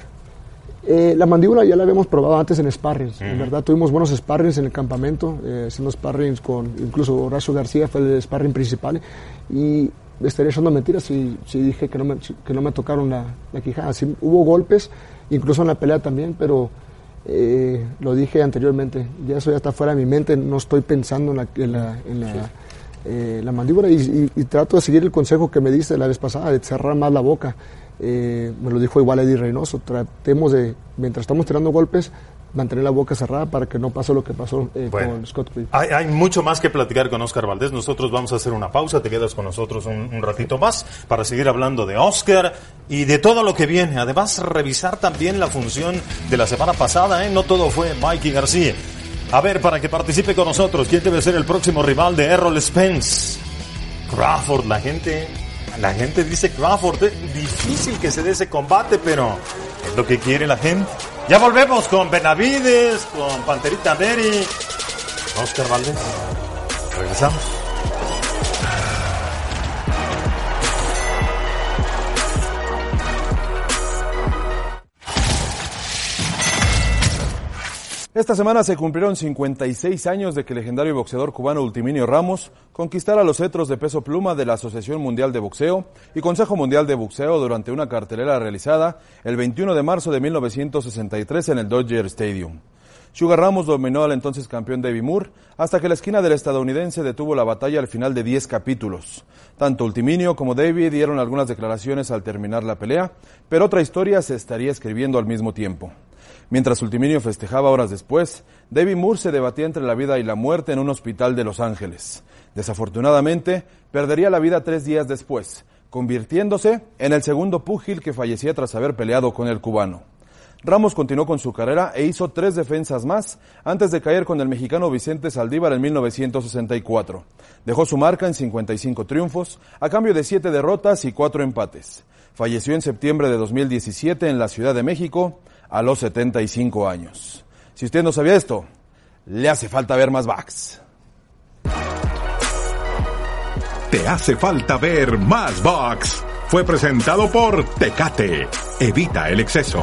Eh, la mandíbula ya la habíamos probado antes en sparrings. Uh-huh. En verdad tuvimos buenos sparrings en el campamento, eh, haciendo sparrings con incluso Horacio García, fue el sparring principal. Y estaría echando mentiras si, si dije que no me, que no me tocaron la, la quijada. Sí, hubo golpes, incluso en la pelea también, pero eh, lo dije anteriormente, ya eso ya está fuera de mi mente, no estoy pensando en la, en la, en la, sí. eh, la mandíbula y, y, y trato de seguir el consejo que me diste la vez pasada, de cerrar más la boca. Eh, me lo dijo igual Eddie Reynoso, tratemos de, mientras estamos tirando golpes, mantener la boca cerrada para que no pase lo que pasó eh, bueno, con Scott Quigg. Hay, hay mucho más que platicar con Oscar Valdez. Nosotros vamos a hacer una pausa, te quedas con nosotros un, un ratito más para seguir hablando de Oscar y de todo lo que viene. Además, revisar también la función de la semana pasada, ¿eh? No todo fue Mikey García. A ver, para que participe con nosotros, ¿quién debe ser el próximo rival de Errol Spence? Crawford, la gente... La gente dice Crawford, es difícil que se dé ese combate, pero es lo que quiere la gente. Ya volvemos con Benavides, con Panterita Neri, Oscar Valdez. Regresamos. Esta semana se cumplieron cincuenta y seis años de que el legendario boxeador cubano Ultiminio Ramos conquistara los cetros de peso pluma de la Asociación Mundial de Boxeo y Consejo Mundial de Boxeo durante una cartelera realizada el veintiuno de marzo de mil novecientos sesenta y tres en el Dodger Stadium. Sugar Ramos dominó al entonces campeón Davey Moore hasta que la esquina del estadounidense detuvo la batalla al final de diez capítulos. Tanto Ultiminio como Davey dieron algunas declaraciones al terminar la pelea, pero otra historia se estaría escribiendo al mismo tiempo. Mientras Ultiminio festejaba horas después, Demi Moore se debatía entre la vida y la muerte en un hospital de Los Ángeles. Desafortunadamente, perdería la vida tres días después, convirtiéndose en el segundo púgil que fallecía tras haber peleado con el cubano. Ramos continuó con su carrera e hizo tres defensas más antes de caer con el mexicano Vicente Saldívar en mil novecientos sesenta y cuatro. Dejó su marca en cincuenta y cinco triunfos, a cambio de siete derrotas y cuatro empates. Falleció en septiembre de dos mil diecisiete en la Ciudad de México, a los setenta y cinco años. Si usted no sabía esto, le hace falta ver más box. Te hace falta ver más box. Fue presentado por Tecate. Evita el exceso.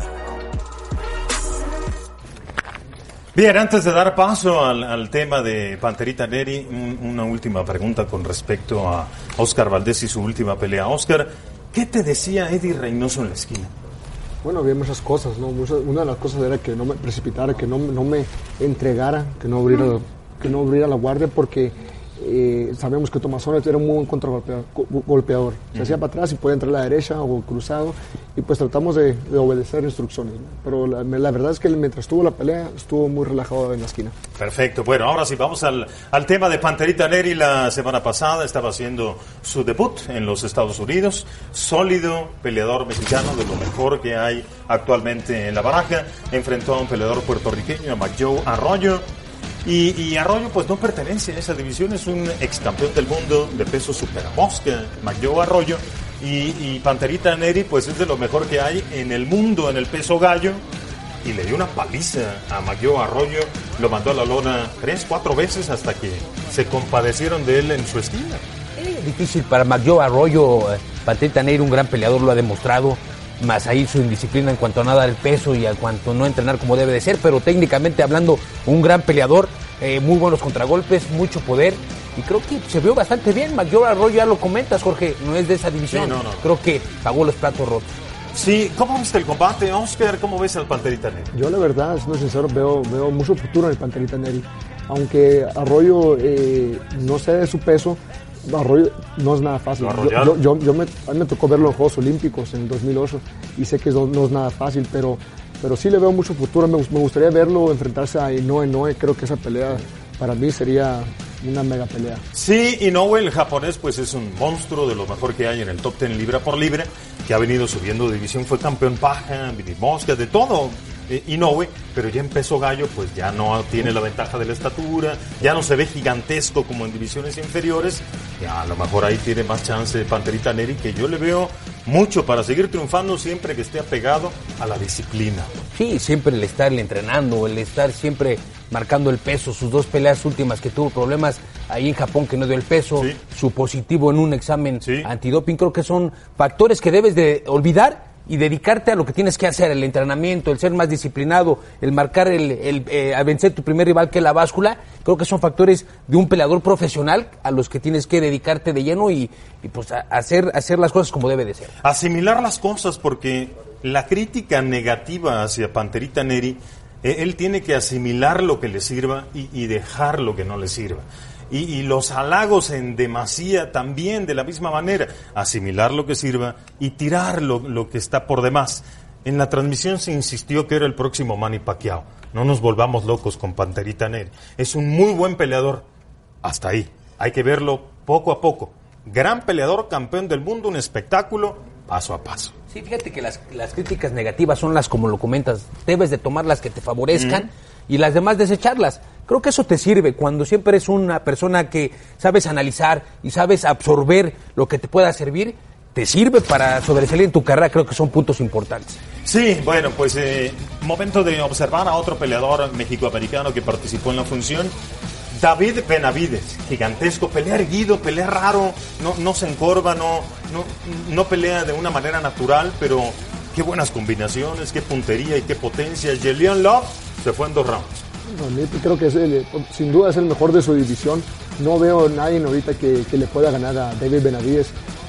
Bien, antes de dar paso al, al tema de Panterita Neri, un, una última pregunta con respecto a Oscar Valdés y su última pelea. Oscar, ¿qué te decía Eddie Reynoso en la esquina? Bueno, había muchas cosas, ¿no? Muchas, una de las cosas era que no me precipitara, que no, no me entregara, que no abriera, que no abriera la guardia, porque eh, sabemos que Tomasones era un muy buen contragolpeador. Se uh-huh. hacía para atrás y podía entrar a la derecha o cruzado, y pues tratamos de, de obedecer instrucciones, ¿no? Pero la, la verdad es que mientras estuvo la pelea, estuvo muy relajado en la esquina. Perfecto. Bueno, ahora sí, vamos al, al tema de Panterita Neri. La semana pasada estaba haciendo su debut en los Estados Unidos. Sólido peleador mexicano, de lo mejor que hay actualmente en la baraja. Enfrentó a un peleador puertorriqueño, a McJoe Arroyo. Y, y Arroyo pues no pertenece a esa división, es un ex campeón del mundo de peso supermosca, McJoe Arroyo. Y, y Panterita Neri pues es de lo mejor que hay en el mundo en el peso gallo. Y le dio una paliza a McJoe Arroyo, lo mandó a la lona tres, cuatro veces hasta que se compadecieron de él en su esquina. Es difícil para McJoe Arroyo. Panterita Neri, un gran peleador, lo ha demostrado. Más ahí su indisciplina en cuanto a no dar el peso y en cuanto a no entrenar como debe de ser, pero técnicamente hablando, un gran peleador, eh, muy buenos contragolpes, mucho poder, y creo que se vio bastante bien. McJoe Arroyo, ya lo comentas, Jorge, no es de esa división, sí, no, no. Creo que pagó los platos rotos. Sí, ¿cómo viste el combate, Oscar? ¿Cómo ves al Panterita Neri? Yo la verdad, siendo sincero, veo, veo mucho futuro en el Panterita Neri, aunque Arroyo eh, no sé de su peso. Arroyo no es nada fácil. Yo, yo, yo, yo me, a mí me tocó verlo en Juegos Olímpicos en el dos mil ocho y sé que no, no es nada fácil, pero, pero sí le veo mucho futuro. Me, me gustaría verlo enfrentarse a Inoue Inoue. Creo que esa pelea para mí sería una mega pelea. Sí, Inoue, el japonés, pues es un monstruo, de lo mejor que hay en el top diez libra por libra, que ha venido subiendo de división, fue campeón paja, mini mosca, de todo. Eh, Inoue, pero ya en peso gallo pues ya no tiene la ventaja de la estatura, ya no se ve gigantesco como en divisiones inferiores, ya a lo mejor ahí tiene más chance Panterita Neri, que yo le veo mucho para seguir triunfando siempre que esté apegado a la disciplina. Sí, siempre el estar entrenando, el estar siempre marcando el peso, sus dos peleas últimas que tuvo problemas ahí en Japón que no dio el peso, sí. Su positivo en un examen sí. antidoping, creo que son factores que debes de olvidar y dedicarte a lo que tienes que hacer, el entrenamiento, el ser más disciplinado, el marcar, el, el eh, a vencer tu primer rival que es la báscula. Creo que son factores de un peleador profesional a los que tienes que dedicarte de lleno y, y pues a hacer, hacer las cosas como debe de ser. Asimilar las cosas, porque la crítica negativa hacia Panterita Neri, eh, él tiene que asimilar lo que le sirva y, y dejar lo que no le sirva. Y, y los halagos en demasía también de la misma manera, asimilar lo que sirva y tirar lo, lo que está por demás. En la transmisión se insistió que era el próximo Manny Pacquiao. No nos volvamos locos con Panterita Neri. Es un muy buen peleador. Hasta ahí. Hay que verlo poco a poco. Gran peleador, campeón del mundo, un espectáculo, paso a paso. Sí, fíjate que las, las críticas negativas son las como lo comentas. Debes de tomar las que te favorezcan mm. y las demás desecharlas. Creo que eso te sirve cuando siempre eres una persona que sabes analizar y sabes absorber lo que te pueda servir. Te sirve para sobresalir en tu carrera, creo que son puntos importantes. Sí, bueno, pues eh, momento de observar a otro peleador mexicoamericano que participó en la función. David Benavides, gigantesco, pelea erguido, pelea raro, no, no se encorva, no, no, no pelea de una manera natural, pero qué buenas combinaciones, qué puntería y qué potencia. Jelion Love se fue en dos rounds. Creo que es el, sin duda es el mejor de su división. No veo a nadie ahorita que, que le pueda ganar a David Benavides.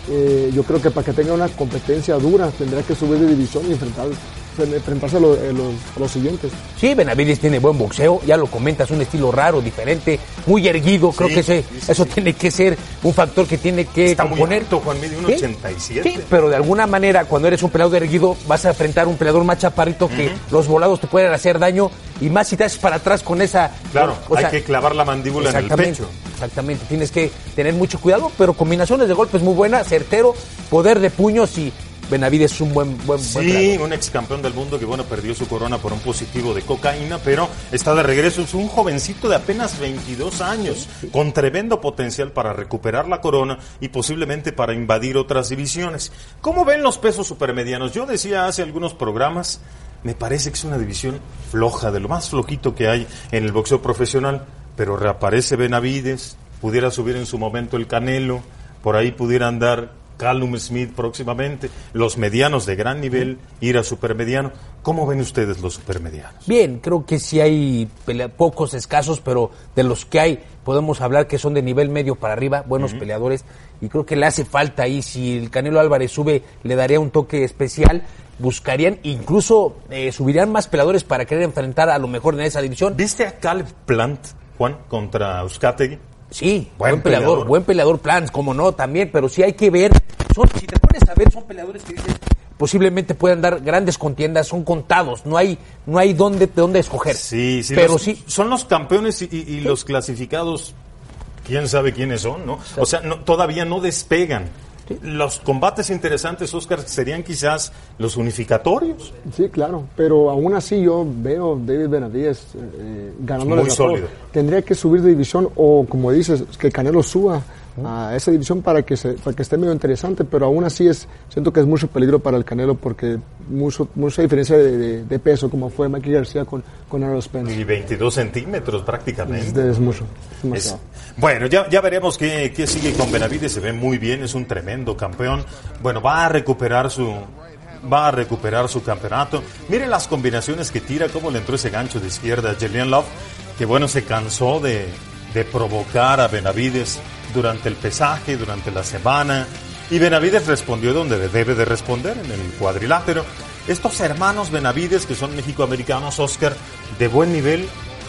eh, yo creo que para que tenga una competencia dura tendrá que subir de división y enfrentar, enfrentarse a, lo, a, los, a los siguientes. Sí, Benavides tiene buen boxeo, ya lo comentas, un estilo raro, diferente, muy erguido, creo sí, que ese, sí, sí, eso sí. tiene que ser un factor que tiene que Está componer. muy alto, Juan, mide uno ochenta y siete. Sí, pero de alguna manera cuando eres un peleador erguido vas a enfrentar a un peleador más chaparrito que uh-huh. los volados te pueden hacer daño y más si te haces para atrás con esa... Claro, o hay sea, que clavar la mandíbula en el pecho. Exactamente, tienes que tener mucho cuidado, pero combinaciones de golpes muy buenas, certero, poder de puños y Benavides es un buen buen Sí, buen peleador. un ex campeón del mundo que bueno perdió su corona por un positivo de cocaína, pero está de regreso. Es un jovencito de apenas veintidós años, sí. con tremendo potencial para recuperar la corona y posiblemente para invadir otras divisiones. ¿Cómo ven los pesos supermedianos? Yo decía hace algunos programas, me parece que es una división floja, de lo más flojito que hay en el boxeo profesional, pero reaparece Benavides, pudiera subir en su momento el Canelo, por ahí pudiera andar Callum Smith próximamente, los medianos de gran nivel, ir a supermediano. ¿Cómo ven ustedes los supermedianos? Bien, creo que sí hay pelea, pocos escasos, pero de los que hay podemos hablar que son de nivel medio para arriba, buenos uh-huh. peleadores, y creo que le hace falta ahí, si el Canelo Álvarez sube, le daría un toque especial, buscarían, incluso eh, subirían más peleadores para querer enfrentar a lo mejor en esa división. ¿Viste a Caleb Plant, Juan, contra Uzcategui? Sí, buen, buen peleador, peleador, buen peleador Plants, como no, también, pero sí hay que ver, son, si te pones a ver, son peleadores que dices, posiblemente puedan dar grandes contiendas, son contados, no hay, no hay dónde, dónde escoger. Sí, sí, pero los, sí. Son los campeones y, y, y sí. los clasificados, quién sabe quiénes son, ¿no? O sea, no, todavía no despegan. Sí. Los combates interesantes, Oscar, serían quizás los unificatorios. Sí, claro, pero aún así yo veo a David Benavides eh, ganándole muy sólido. Tendría que subir de división o, como dices, que Canelo suba a esa división para que se, para que esté medio interesante, pero aún así es siento que es mucho peligro para el Canelo porque mucho, mucha diferencia de, de, de peso, como fue Mikey García con, con Errol Spence. Y veintidós centímetros prácticamente. Es, es mucho. Es es, bueno, ya, ya veremos qué, qué sigue con Benavides, se ve muy bien, es un tremendo campeón. Bueno, va a recuperar su... va a recuperar su campeonato. Miren las combinaciones que tira, cómo le entró ese gancho de izquierda a Julian Love, que bueno, se cansó de, de provocar a Benavides durante el pesaje, durante la semana, y Benavides respondió donde debe de responder, en el cuadrilátero. Estos hermanos Benavides, que son mexicoamericanos, Oscar, de buen nivel,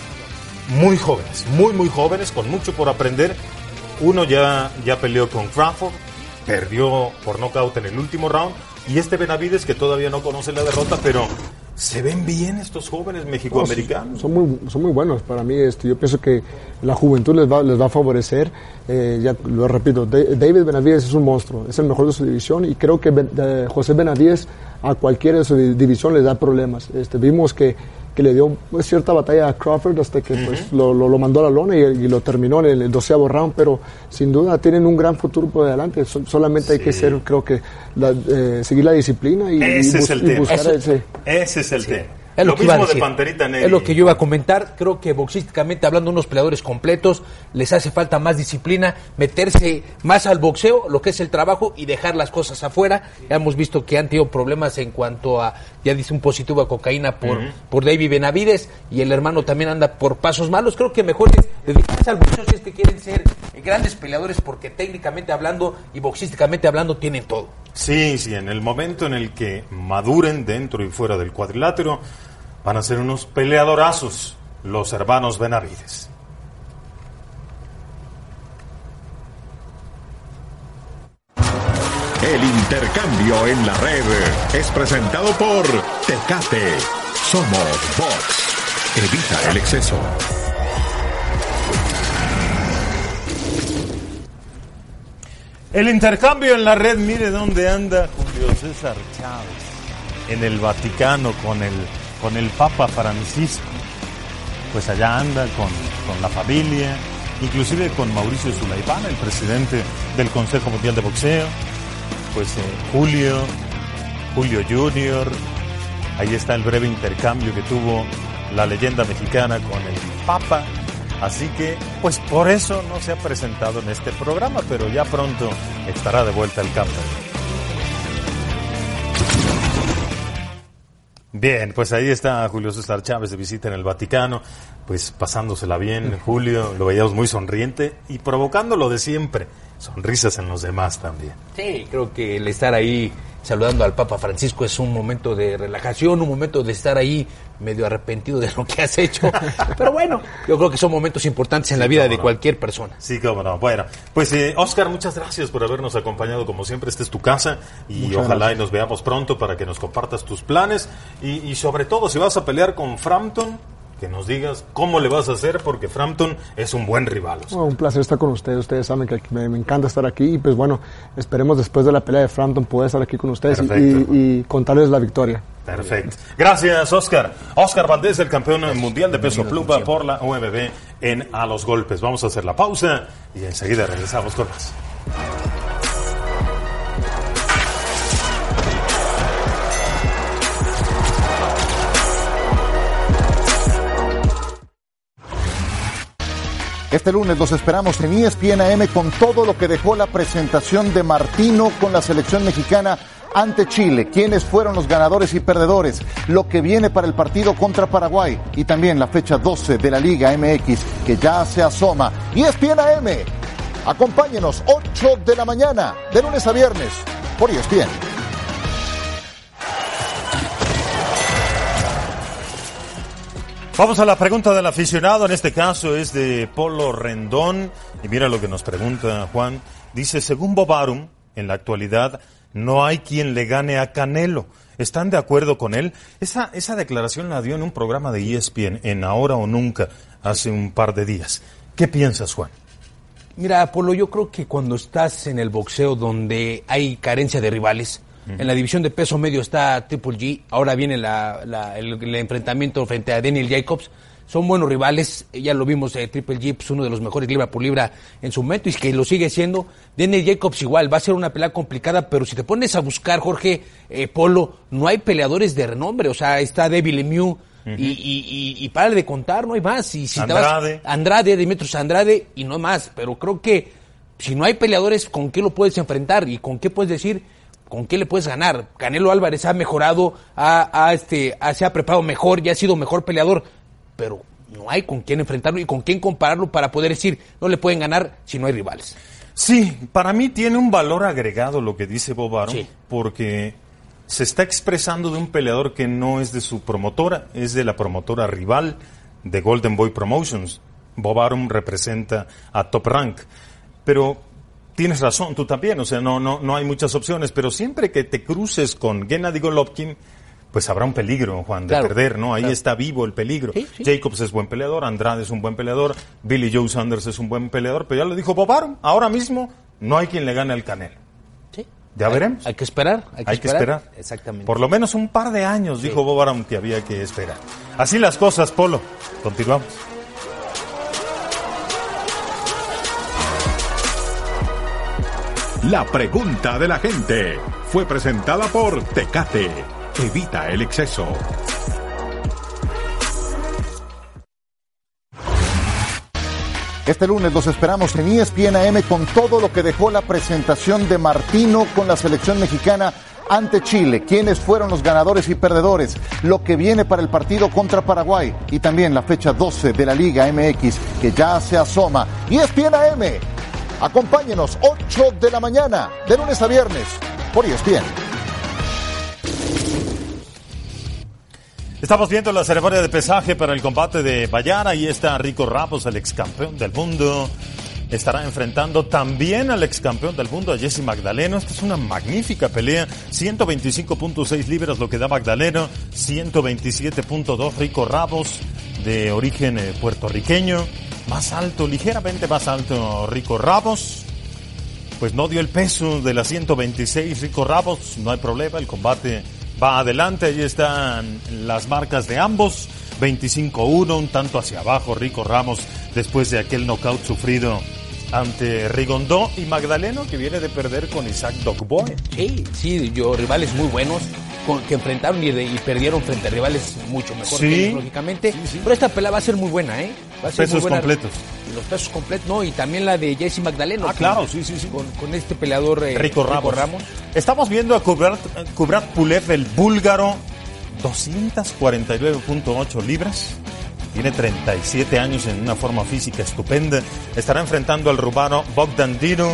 muy jóvenes, muy muy jóvenes, con mucho por aprender. Uno ya, ya peleó con Crawford, perdió por nocaut en el último round, y este Benavides que todavía no conoce la derrota, pero se ven bien estos jóvenes mexicoamericanos. No, son, muy, son muy buenos para mí. Este, yo pienso que la juventud les va, les va a favorecer. Eh, ya lo repito, David Benavides es un monstruo, es el mejor de su división y creo que ben, eh, José Benavides a cualquiera de su división les da problemas. Este, vimos que, que le dio pues, cierta batalla a Crawford hasta que uh-huh. pues, lo, lo, lo mandó a la lona y, y lo terminó en el, el doceavo round, pero sin duda tienen un gran futuro por delante. So, solamente sí. hay que ser, creo que, la, eh, seguir la disciplina y, ese y, es el y buscar tema. ese. Ese es el sí. tema. Es lo, lo que mismo iba a decir. de Panterita Neri. Es lo que yo iba a comentar. Creo que boxísticamente hablando, unos peleadores completos, les hace falta más disciplina, meterse más al boxeo, lo que es el trabajo y dejar las cosas afuera. Ya hemos visto que han tenido problemas en cuanto a, ya dice un positivo a cocaína por, uh-huh. por David Benavides y el hermano también anda por pasos malos. Creo que mejor es dedicarse al boxeo si es que quieren ser grandes peleadores porque técnicamente hablando y boxísticamente hablando tienen todo. Sí, sí, en el momento en el que maduren dentro y fuera del cuadrilátero, van a ser unos peleadorazos los hermanos Benavides. El intercambio en la red es presentado por Tecate. Somos Box. Evita el exceso. El intercambio en la red, mire dónde anda Julio César Chávez. En el Vaticano con el, con el Papa Francisco. Pues allá anda con, con la familia, inclusive con Mauricio Sulaimán, el presidente del Consejo Mundial de Boxeo. Pues eh, Julio, Julio Junior, ahí está el breve intercambio que tuvo la leyenda mexicana con el Papa. Así que, pues por eso no se ha presentado en este programa, pero ya pronto estará de vuelta al campo. Bien, pues ahí está Julio César Chávez de visita en el Vaticano, pues pasándosela bien, Julio, lo veíamos muy sonriente y provocando lo de siempre, sonrisas en los demás también. Sí, creo que el estar ahí saludando al Papa Francisco es un momento de relajación, un momento de estar ahí medio arrepentido de lo que has hecho. Pero bueno, yo creo que son momentos importantes en sí, la vida de no. cualquier persona. Sí, cómo no. Bueno, pues eh, Oscar, muchas gracias por habernos acompañado como siempre. Esta es tu casa y muchas ojalá gracias. Y nos veamos pronto para que nos compartas tus planes y, y sobre todo si vas a pelear con Frampton, que nos digas cómo le vas a hacer, porque Frampton es un buen rival. Oh, un placer estar con ustedes. Ustedes saben que me, me encanta estar aquí y pues bueno, esperemos después de la pelea de Frampton poder estar aquí con ustedes y, y contarles la victoria. Perfecto. Gracias, Oscar. Oscar Valdés, el campeón mundial de peso pluma por la U M B en A los Golpes. Vamos a hacer la pausa y enseguida regresamos con más. Este lunes los esperamos en E S P N A M con todo lo que dejó la presentación de Martino con la selección mexicana ante Chile, quiénes fueron los ganadores y perdedores, lo que viene para el partido contra Paraguay y también la fecha doce de la Liga M X que ya se asoma. E S P N A M, acompáñenos ocho de la mañana, de lunes a viernes, por E S P N. Vamos a la pregunta del aficionado, en este caso es de Polo Rendón, y mira lo que nos pregunta Juan. Dice, según Bob Arum, en la actualidad no hay quien le gane a Canelo. ¿Están de acuerdo con él? Esa, esa declaración la dio en un programa de E S P N, en Ahora o Nunca, hace un par de días. ¿Qué piensas, Juan? Mira, Polo, yo creo que cuando estás en el boxeo donde hay carencia de rivales, en la división de peso medio está Triple G, ahora viene la, la, el, el enfrentamiento frente a Daniel Jacobs, son buenos rivales, ya lo vimos, eh, Triple G, pues, uno de los mejores libra por libra en su momento y que lo sigue siendo. Daniel Jacobs igual, va a ser una pelea complicada, pero si te pones a buscar, Jorge, eh, Polo, no hay peleadores de renombre, o sea, está Devil Lemieux, Uh-huh. y, y, y, y para de contar, no hay más. Y si Andrade. Te vas, Andrade, Demetrius Andrade, y no más, pero creo que si no hay peleadores, ¿con qué lo puedes enfrentar? ¿Y con qué puedes decir? ¿Con qué le puedes ganar? Canelo Álvarez ha mejorado, ha, ha, este, ha, se ha preparado mejor, ya ha sido mejor peleador, pero no hay con quién enfrentarlo y con quién compararlo para poder decir, no le pueden ganar si no hay rivales. Sí, para mí tiene un valor agregado lo que dice Bob Arum, sí. porque se está expresando de un peleador que no es de su promotora, es de la promotora rival de Golden Boy Promotions. Bob Arum representa a Top Rank, pero tienes razón, tú también, o sea, no, no, no hay muchas opciones, pero siempre que te cruces con Gennady Golovkin, pues habrá un peligro, Juan, de claro, perder, ¿no? Ahí claro. está vivo el peligro. Sí, sí. Jacobs es buen peleador, Andrade es un buen peleador, Billy Joe Saunders es un buen peleador, pero ya lo dijo Bob Arum, ahora mismo no hay quien le gane al Canelo. Sí. Ya hay, veremos. Hay que esperar, hay que, hay esperar. que esperar. Exactamente. Por lo menos un par de años, sí. dijo Bob Arum que había que esperar. Así las cosas, Polo. Continuamos. La pregunta de la gente fue presentada por Tecate. Evita el exceso. Este lunes los esperamos en E S P N A M con todo lo que dejó la presentación de Martino con la selección mexicana ante Chile, quiénes fueron los ganadores y perdedores, lo que viene para el partido contra Paraguay y también la fecha doce de la Liga M X que ya se asoma. E S P N A M, acompáñenos ocho de la mañana, de lunes a viernes, por E S P N. Estamos viendo la ceremonia de pesaje para el combate de Bayara. Ahí está Rico Ramos, el ex campeón del mundo. Estará enfrentando también al ex campeón del mundo, a Jesse Magdaleno. Esta es una magnífica pelea. ciento veinticinco punto seis libras lo que da Magdaleno. ciento veintisiete punto dos Rico Ramos, de origen eh, puertorriqueño. Más alto, ligeramente más alto Rico Ramos. Pues no dio el peso de las ciento veintiséis Rico Ramos. No hay problema, el combate va adelante. Ahí están las marcas de ambos. veinticinco uno, un tanto hacia abajo Rico Ramos después de aquel knockout sufrido ante Rigondó, y Magdaleno que viene de perder con Isaac Dogboe. Sí, sí, yo rivales muy buenos con, que enfrentaron y, de, y perdieron frente a rivales mucho mejor sí, que ellos, lógicamente. Sí, sí. Pero esta pelea va a ser muy buena, ¿eh? Va a ser pesos muy buena. completos. Y los pesos completos, no, y también la de Jesse Magdaleno. Ah, con, claro, sí, sí, sí. Con, con este peleador eh, Rico, Rico Ramos. Ramos. Estamos viendo a Kubrat, Kubrat Pulev, el búlgaro, doscientos cuarenta y nueve punto ocho libras. Tiene treinta y siete años en una forma física estupenda. Estará enfrentando al rumano Bogdan Dinu.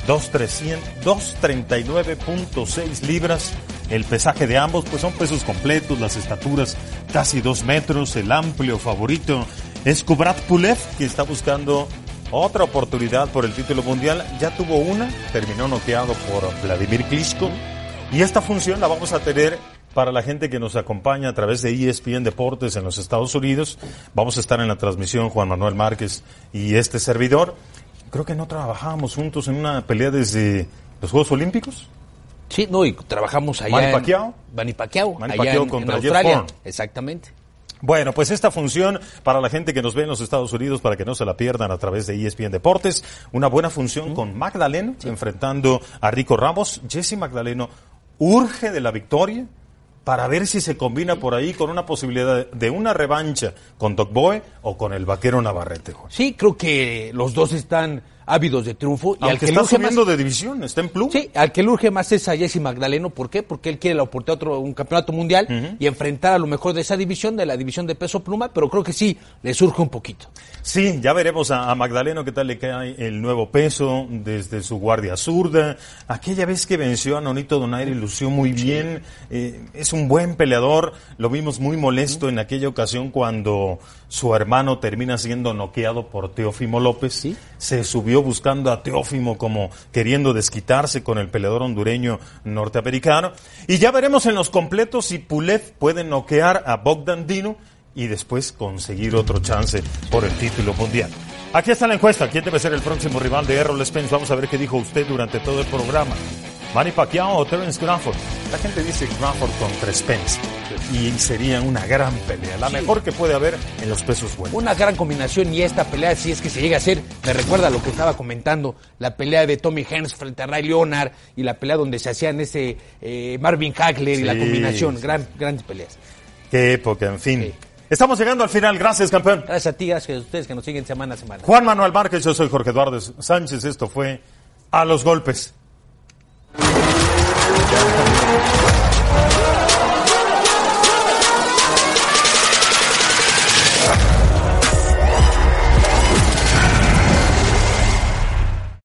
doscientos treinta y nueve punto seis libras. El pesaje de ambos pues son pesos completos, las estaturas casi dos metros. El amplio favorito es Kubrat Pulev, que está buscando otra oportunidad por el título mundial. Ya tuvo una, terminó noqueado por Vladimir Klitschko. Y esta función la vamos a tener para la gente que nos acompaña a través de E S P N Deportes en los Estados Unidos. Vamos a estar en la transmisión Juan Manuel Márquez y este servidor. Creo que no trabajábamos juntos en una pelea desde los Juegos Olímpicos. Sí, no, y trabajamos allá Manny Pacquiao. en Manny Pacquiao, Manny allá Pacquiao en, contra en Jeff Australia. Horn. Exactamente. Bueno, pues esta función para la gente que nos ve en los Estados Unidos, para que no se la pierdan a través de E S P N Deportes, una buena función ¿Mm? con Magdaleno, sí. enfrentando a Rico Ramos. Jesse Magdaleno urge de la victoria para ver si se combina por ahí con una posibilidad de una revancha con Doc Boe o con el vaquero Navarrete. Juan. Sí, creo que los dos están ávidos de triunfo. Y Aunque al que está subiendo más, de división, está en pluma. Sí, al que le urge más es a Jesse Magdaleno. ¿Por qué? Porque él quiere la oportunidad de otro, un campeonato mundial uh-huh. y enfrentar a lo mejor de esa división, de la división de peso pluma, pero creo que sí, le surge un poquito. Sí, ya veremos a, a Magdaleno qué tal le cae el nuevo peso desde su guardia zurda. Aquella vez que venció a Nonito Donaire lució muy bien. Eh, es un buen peleador. Lo vimos muy molesto uh-huh. en aquella ocasión cuando su hermano termina siendo noqueado por Teófimo López. ¿Sí? Se subió buscando a Teófimo como queriendo desquitarse con el peleador hondureño norteamericano. Y ya veremos en los completos si Pulev puede noquear a Bogdan Dinu y después conseguir otro chance por el título mundial. Aquí está la encuesta. ¿Quién debe ser el próximo rival de Errol Spence? Vamos a ver qué dijo usted durante todo el programa. Manny Pacquiao o Terence Crawford. La gente dice Crawford contra Spence y sería una gran pelea, la sí. mejor que puede haber en los pesos buenos. Una gran combinación, y esta pelea, si es que se llega a hacer, me recuerda a lo que estaba comentando, la pelea de Tommy Hearns frente a Ray Leonard y la pelea donde se hacían ese eh, Marvin Hagler sí, y la combinación, sí. gran, grandes peleas. Qué época, en fin. Sí. Estamos llegando al final. Gracias, campeón. Gracias a ti, gracias a ustedes que nos siguen semana a semana. Juan Manuel Márquez, yo soy Jorge Eduardo Sánchez. Esto fue A los Golpes. Yeah.